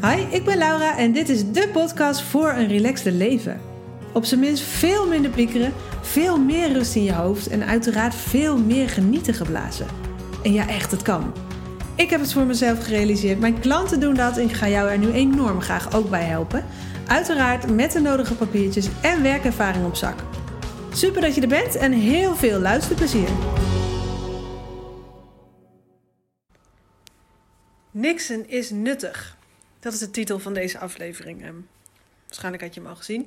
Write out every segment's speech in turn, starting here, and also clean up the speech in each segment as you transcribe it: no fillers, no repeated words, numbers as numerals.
Hi, ik ben Laura en dit is de podcast voor een relaxter leven. Op zijn minst veel minder piekeren, veel meer rust in je hoofd en uiteraard veel meer genieten geblazen. En ja, echt, het kan. Ik heb het voor mezelf gerealiseerd, mijn klanten doen dat en ik ga jou er nu enorm graag ook bij helpen. Uiteraard met de nodige papiertjes en werkervaring op zak. Super dat je er bent en heel veel luisterplezier. Niksen is nuttig. Dat is de titel van deze aflevering. Waarschijnlijk had je hem al gezien.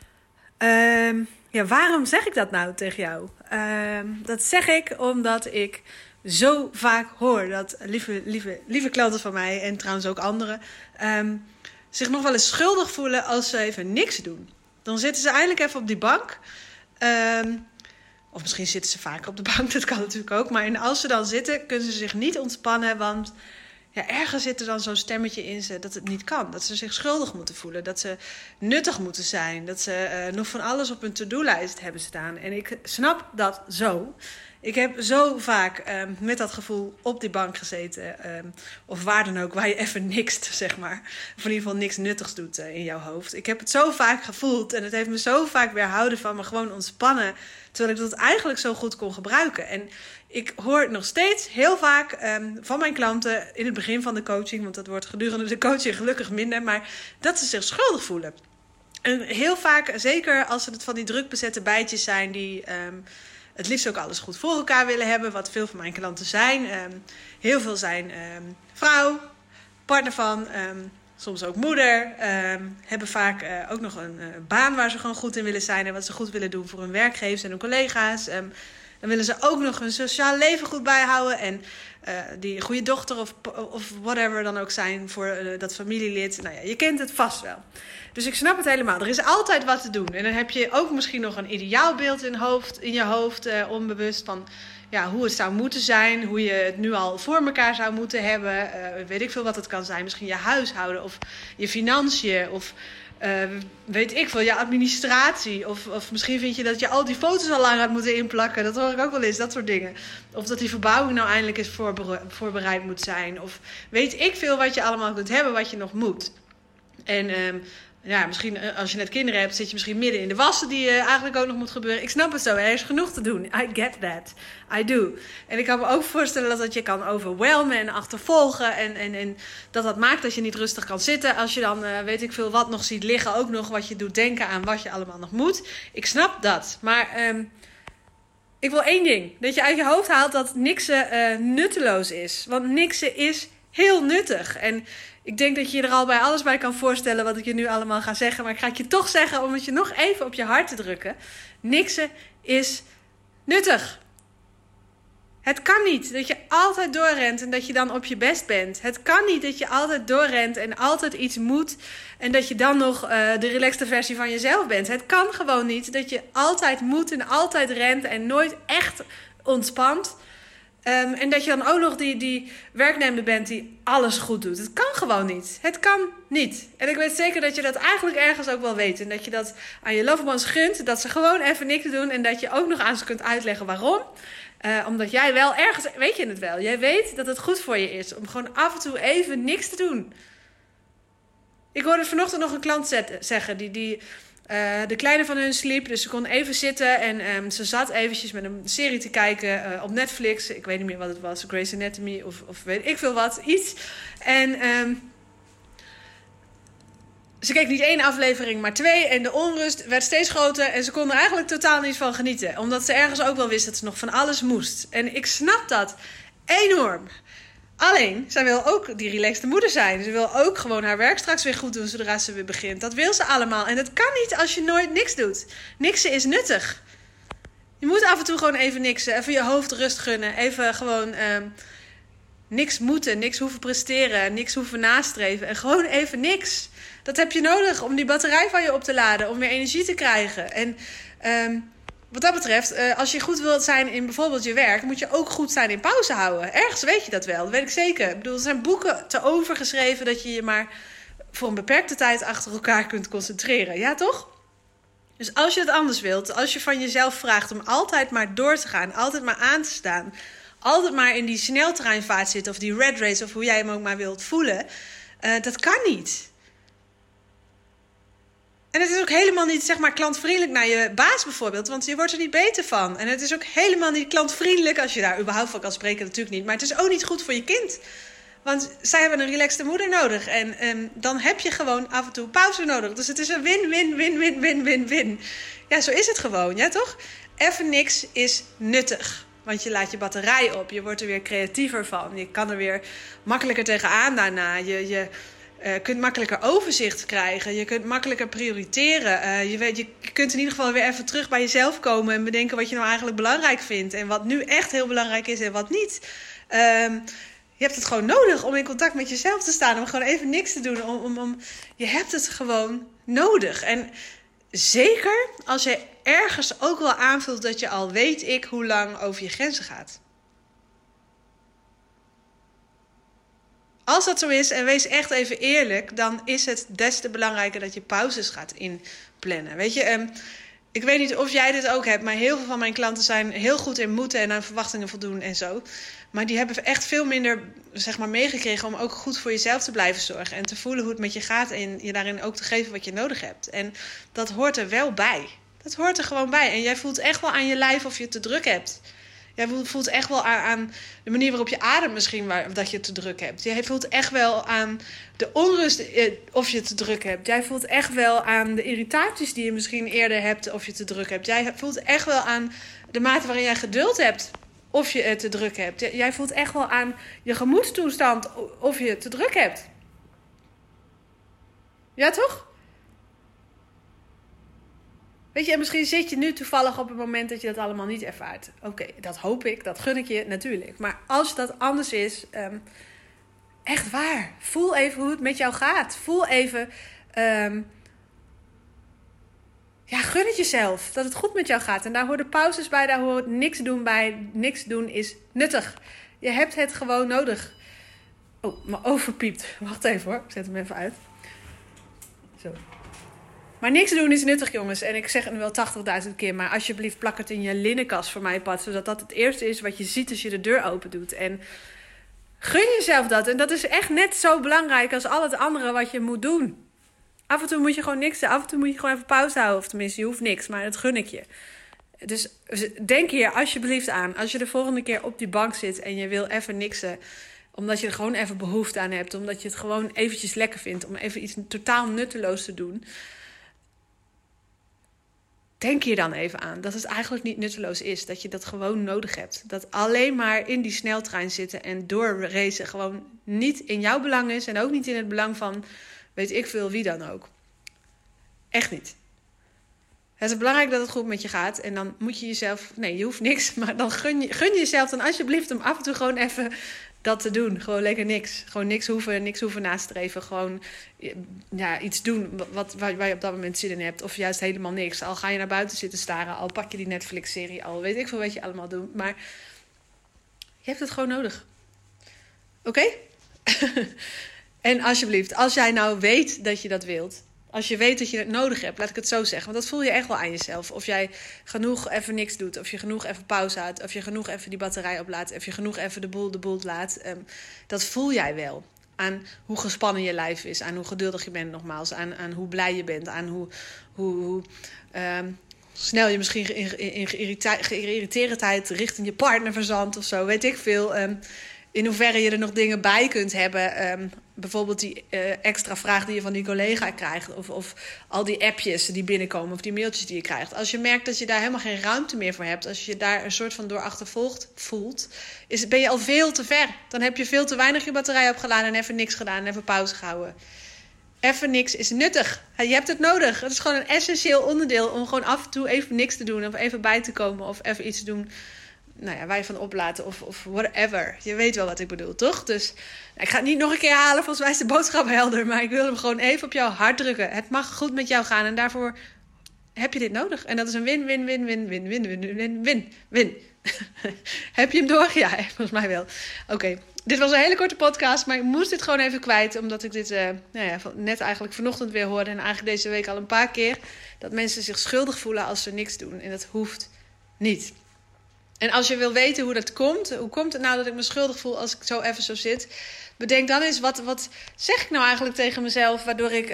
Waarom zeg ik dat nou tegen jou? Dat zeg ik omdat ik zo vaak hoor dat lieve klanten van mij en trouwens ook anderen zich nog wel eens schuldig voelen als ze even niks doen. Dan zitten ze eindelijk even op die bank. Of misschien zitten ze vaker op de bank, dat kan natuurlijk ook. Maar als ze dan zitten, kunnen ze zich niet ontspannen, want ja, ergens zit er dan zo'n stemmetje in ze dat het niet kan. Dat ze zich schuldig moeten voelen. Dat ze nuttig moeten zijn. Dat ze nog van alles op hun to-do-lijst hebben staan. En ik snap dat zo. Ik heb zo vaak met dat gevoel op die bank gezeten. Of waar dan ook, waar je even nikst, zeg maar. Of in ieder geval niks nuttigs doet in jouw hoofd. Ik heb het zo vaak gevoeld. En het heeft me zo vaak weerhouden van me gewoon ontspannen. Terwijl ik dat eigenlijk zo goed kon gebruiken. En ik hoor nog steeds heel vaak van mijn klanten in het begin van de coaching. Want dat wordt gedurende de coaching gelukkig minder. Maar dat ze zich schuldig voelen. En heel vaak, zeker als het van die druk bezette bijtjes zijn die het liefst ook alles goed voor elkaar willen hebben. Wat veel van mijn klanten zijn. Heel veel zijn vrouw, partner van, soms ook moeder. Hebben vaak ook nog een baan waar ze gewoon goed in willen zijn. En wat ze goed willen doen voor hun werkgevers en hun collega's. Dan willen ze ook nog hun sociaal leven goed bijhouden. En die goede dochter of whatever dan ook zijn voor dat familielid. Nou ja, je kent het vast wel. Dus ik snap het helemaal. Er is altijd wat te doen. En dan heb je ook misschien nog een ideaalbeeld in je hoofd onbewust van ja, hoe het zou moeten zijn. Hoe je het nu al voor elkaar zou moeten hebben. Weet ik veel wat het kan zijn. Misschien je huishouden of je financiën of weet ik veel, je administratie. Of misschien vind je dat je al die foto's al lang had moeten inplakken. Dat hoor ik ook wel eens, dat soort dingen. Of dat die verbouwing nou eindelijk eens voorbereid moet zijn. Of weet ik veel wat je allemaal kunt hebben, wat je nog moet. En misschien als je net kinderen hebt, zit je misschien midden in de wassen die eigenlijk ook nog moet gebeuren. Ik snap het zo, er is genoeg te doen. I get that. I do. En ik kan me ook voorstellen dat je kan overwhelmen en achtervolgen. En dat maakt dat je niet rustig kan zitten. Als je dan, weet ik veel wat nog ziet liggen, ook nog wat je doet denken aan wat je allemaal nog moet. Ik snap dat. Maar ik wil één ding. Dat je uit je hoofd haalt dat niksen nutteloos is. Want niksen is heel nuttig. En ik denk dat je je er al bij alles bij kan voorstellen wat ik je nu allemaal ga zeggen. Maar ik ga het je toch zeggen om het je nog even op je hart te drukken. Niksen is nuttig. Het kan niet dat je altijd doorrent en dat je dan op je best bent. Het kan niet dat je altijd doorrent en altijd iets moet. En dat je dan nog de relaxte versie van jezelf bent. Het kan gewoon niet dat je altijd moet en altijd rent en nooit echt ontspant. En dat je dan ook nog die werknemer bent die alles goed doet. Het kan gewoon niet. Het kan niet. En ik weet zeker dat je dat eigenlijk ergens ook wel weet. En dat je dat aan je loved ones gunt. Dat ze gewoon even niks doen. En dat je ook nog aan ze kunt uitleggen waarom. Omdat jij wel ergens, weet je het wel. Jij weet dat het goed voor je is om gewoon af en toe even niks te doen. Ik hoorde vanochtend nog een klant zeggen die de kleine van hun sliep, dus ze kon even zitten en ze zat eventjes met een serie te kijken op Netflix. Ik weet niet meer wat het was, Grey's Anatomy of weet ik veel wat, iets. En ze keek niet 1 aflevering, maar 2 en de onrust werd steeds groter en ze kon er eigenlijk totaal niet van genieten. Omdat ze ergens ook wel wist dat ze nog van alles moest. En ik snap dat enorm. Alleen, zij wil ook die relaxte moeder zijn. Ze wil ook gewoon haar werk straks weer goed doen zodra ze weer begint. Dat wil ze allemaal. En dat kan niet als je nooit niks doet. Niksen is nuttig. Je moet af en toe gewoon even niksen. Even je hoofd rust gunnen. Even gewoon niks moeten. Niks hoeven presteren. Niks hoeven nastreven. En gewoon even niks. Dat heb je nodig om die batterij van je op te laden. Om weer energie te krijgen. En wat dat betreft, als je goed wilt zijn in bijvoorbeeld je werk, moet je ook goed zijn in pauze houden. Ergens weet je dat wel, dat weet ik zeker. Ik bedoel, er zijn boeken te overgeschreven dat je je maar voor een beperkte tijd achter elkaar kunt concentreren. Ja, toch? Dus als je het anders wilt, als je van jezelf vraagt om altijd maar door te gaan, altijd maar aan te staan, altijd maar in die sneltreinvaart zit of die red race of hoe jij hem ook maar wilt voelen, Dat kan niet. En het is ook helemaal niet, zeg maar, klantvriendelijk naar je baas bijvoorbeeld. Want je wordt er niet beter van. En het is ook helemaal niet klantvriendelijk, als je daar überhaupt van kan spreken, natuurlijk niet. Maar het is ook niet goed voor je kind. Want zij hebben een relaxte moeder nodig. En dan heb je gewoon af en toe pauze nodig. Dus het is een win-win-win-win-win-win-win. Ja, zo is het gewoon, ja toch? Even niks is nuttig. Want je laat je batterij op. Je wordt er weer creatiever van. Je kan er weer makkelijker tegenaan daarna. Je kunt makkelijker overzicht krijgen. Je kunt makkelijker prioriteren. Je kunt in ieder geval weer even terug bij jezelf komen. En bedenken wat je nou eigenlijk belangrijk vindt. En wat nu echt heel belangrijk is en wat niet. Je hebt het gewoon nodig om in contact met jezelf te staan. Om gewoon even niks te doen. Je hebt het gewoon nodig. En zeker als je ergens ook wel aanvoelt dat je al weet ik hoe lang over je grenzen gaat. Als dat zo is, en wees echt even eerlijk, dan is het des te belangrijker dat je pauzes gaat inplannen. Weet je, ik weet niet of jij dit ook hebt, maar heel veel van mijn klanten zijn heel goed in moeten en aan verwachtingen voldoen en zo. Maar die hebben echt veel minder, zeg maar, meegekregen om ook goed voor jezelf te blijven zorgen. En te voelen hoe het met je gaat en je daarin ook te geven wat je nodig hebt. En dat hoort er wel bij. Dat hoort er gewoon bij. En jij voelt echt wel aan je lijf of je het te druk hebt. Jij voelt echt wel aan de manier waarop je ademt misschien dat je het te druk hebt. Jij voelt echt wel aan de onrust of je het te druk hebt. Jij voelt echt wel aan de irritaties die je misschien eerder hebt of je het te druk hebt. Jij voelt echt wel aan de mate waarin jij geduld hebt of je het te druk hebt. Jij voelt echt wel aan je gemoedstoestand of je het te druk hebt. Ja, toch? Weet je, en misschien zit je nu toevallig op het moment dat je dat allemaal niet ervaart. Oké, dat hoop ik, dat gun ik je natuurlijk. Maar als dat anders is, echt waar. Voel even hoe het met jou gaat. Voel even, gun het jezelf dat het goed met jou gaat. En daar horen pauzes bij, daar hoort niks doen bij. Niks doen is nuttig. Je hebt het gewoon nodig. Oh, mijn oven piept. Wacht even hoor, ik zet hem even uit. Zo. Maar niks doen is nuttig, jongens. En ik zeg het nu wel 80.000 keer. Maar alsjeblieft plak het in je linnenkast voor mij, Pat. Zodat dat het eerste is wat je ziet als je de deur open doet. En gun jezelf dat. En dat is echt net zo belangrijk als al het andere wat je moet doen. Af en toe moet je gewoon niks doen. Af en toe moet je gewoon even pauze houden. Of tenminste, je hoeft niks. Maar dat gun ik je. Dus denk hier alsjeblieft aan. Als je de volgende keer op die bank zit en je wil even niksen. Omdat je er gewoon even behoefte aan hebt. Omdat je het gewoon eventjes lekker vindt. Om even iets totaal nutteloos te doen. Denk hier dan even aan dat het eigenlijk niet nutteloos is. Dat je dat gewoon nodig hebt. Dat alleen maar in die sneltrein zitten en doorracen gewoon niet in jouw belang is. En ook niet in het belang van weet ik veel wie dan ook. Echt niet. Het is belangrijk dat het goed met je gaat. En dan moet je jezelf... Nee, je hoeft niks. Maar dan gun je jezelf dan alsjeblieft om af en toe gewoon even dat te doen. Gewoon lekker niks. Gewoon niks hoeven nastreven. Gewoon iets doen waar je op dat moment zin in hebt. Of juist helemaal niks. Al ga je naar buiten zitten staren. Al pak je die Netflix-serie. Al weet ik veel wat je allemaal doet. Maar je hebt het gewoon nodig. Oké? En alsjeblieft, als jij nou weet dat je dat wilt... Als je weet dat je het nodig hebt, laat ik het zo zeggen. Want dat voel je echt wel aan jezelf. Of jij genoeg even niks doet. Of je genoeg even pauze houdt. Of je genoeg even die batterij oplaadt. Of je genoeg even de boel laat. Dat voel jij wel. Aan hoe gespannen je lijf is. Aan hoe geduldig je bent nogmaals. Aan hoe blij je bent. Aan hoe snel je misschien in geïrriteerdheid richting je partner verzandt of zo. Weet ik veel. In hoeverre je er nog dingen bij kunt hebben. Bijvoorbeeld die extra vraag die je van die collega krijgt. Of al die appjes die binnenkomen. Of die mailtjes die je krijgt. Als je merkt dat je daar helemaal geen ruimte meer voor hebt. Als je daar een soort van door achtervolgd voelt. Ben je al veel te ver. Dan heb je veel te weinig je batterij opgeladen. En even niks gedaan. En even pauze gehouden. Even niks is nuttig. Je hebt het nodig. Het is gewoon een essentieel onderdeel. Om gewoon af en toe even niks te doen. Of even bij te komen. Of even iets te doen... waar je van oplaten of whatever. Je weet wel wat ik bedoel, toch? Dus ik ga het niet nog een keer halen, volgens mij is de boodschap helder. Maar ik wil hem gewoon even op jouw hart drukken. Het mag goed met jou gaan en daarvoor heb je dit nodig. En dat is een win. Heb je hem door? Ja, volgens mij wel. Oké, dit was een hele korte podcast, maar ik moest dit gewoon even kwijt. Omdat ik dit net eigenlijk vanochtend weer hoorde. En eigenlijk deze week al een paar keer. Dat mensen zich schuldig voelen als ze niks doen. En dat hoeft niet. En als je wil weten hoe dat komt, hoe komt het nou dat ik me schuldig voel als ik zo even zo zit? Bedenk dan eens, wat zeg ik nou eigenlijk tegen mezelf waardoor ik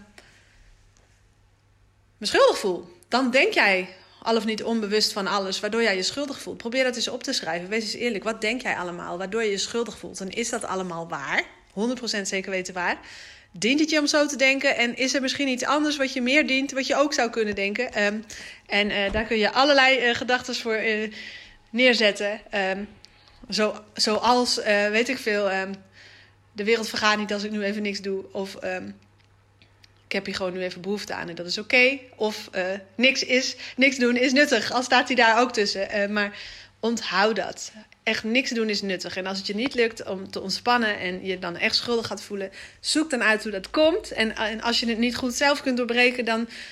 me schuldig voel? Dan denk jij al of niet onbewust van alles, waardoor jij je schuldig voelt. Probeer dat eens op te schrijven. Wees eens eerlijk, wat denk jij allemaal waardoor je je schuldig voelt? En is dat allemaal waar? 100% zeker weten waar. Dient het je om zo te denken? En is er misschien iets anders wat je meer dient, wat je ook zou kunnen denken? Daar kun je allerlei gedachten voor neerzetten. Zoals, weet ik veel, de wereld vergaat niet als ik nu even niks doe. Of ik heb hier gewoon nu even behoefte aan en dat is oké. Of niks doen is nuttig, al staat hij daar ook tussen. Maar onthoud dat. Echt niks doen is nuttig. En als het je niet lukt om te ontspannen en je dan echt schuldig gaat voelen, zoek dan uit hoe dat komt. En als je het niet goed zelf kunt doorbreken,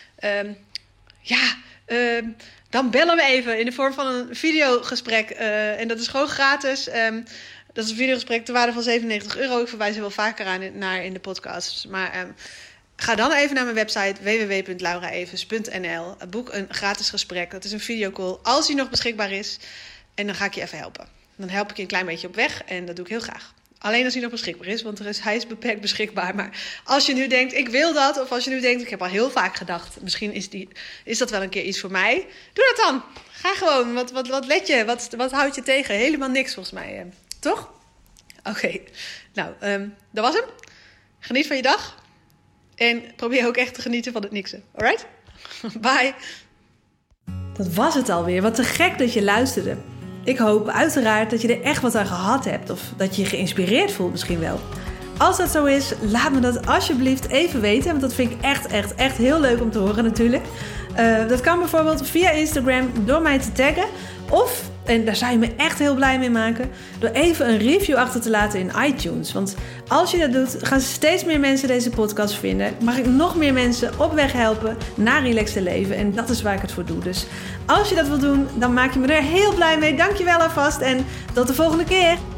dan bellen we even in de vorm van een videogesprek. En dat is gewoon gratis. Dat is een videogesprek ter waarde van €97. Ik verwijs er wel vaker naar in de podcast. Maar ga dan even naar mijn website www.lauraevens.nl. Boek een gratis gesprek. Dat is een videocall als die nog beschikbaar is. En dan ga ik je even helpen. Dan help ik je een klein beetje op weg en dat doe ik heel graag. Alleen als hij nog beschikbaar is, want hij is beperkt beschikbaar. Maar als je nu denkt, ik wil dat. Of als je nu denkt, ik heb al heel vaak gedacht, misschien is dat wel een keer iets voor mij. Doe dat dan. Ga gewoon. Wat let je? Wat houdt je tegen? Helemaal niks volgens mij. Toch? Oké. Nou, dat was hem. Geniet van je dag. En probeer ook echt te genieten van het niksen. Alright? Bye. Dat was het alweer. Wat te gek dat je luisterde. Ik hoop uiteraard dat je er echt wat aan gehad hebt. Of dat je je geïnspireerd voelt misschien wel. Als dat zo is, laat me dat alsjeblieft even weten. Want dat vind ik echt heel leuk om te horen natuurlijk. Dat kan bijvoorbeeld via Instagram door mij te taggen. Of, en daar zou je me echt heel blij mee maken, door even een review achter te laten in iTunes. Want als je dat doet, gaan steeds meer mensen deze podcast vinden. Mag ik nog meer mensen op weg helpen naar relaxed leven. En dat is waar ik het voor doe. Dus als je dat wilt doen, dan maak je me er heel blij mee. Dankjewel alvast en tot de volgende keer.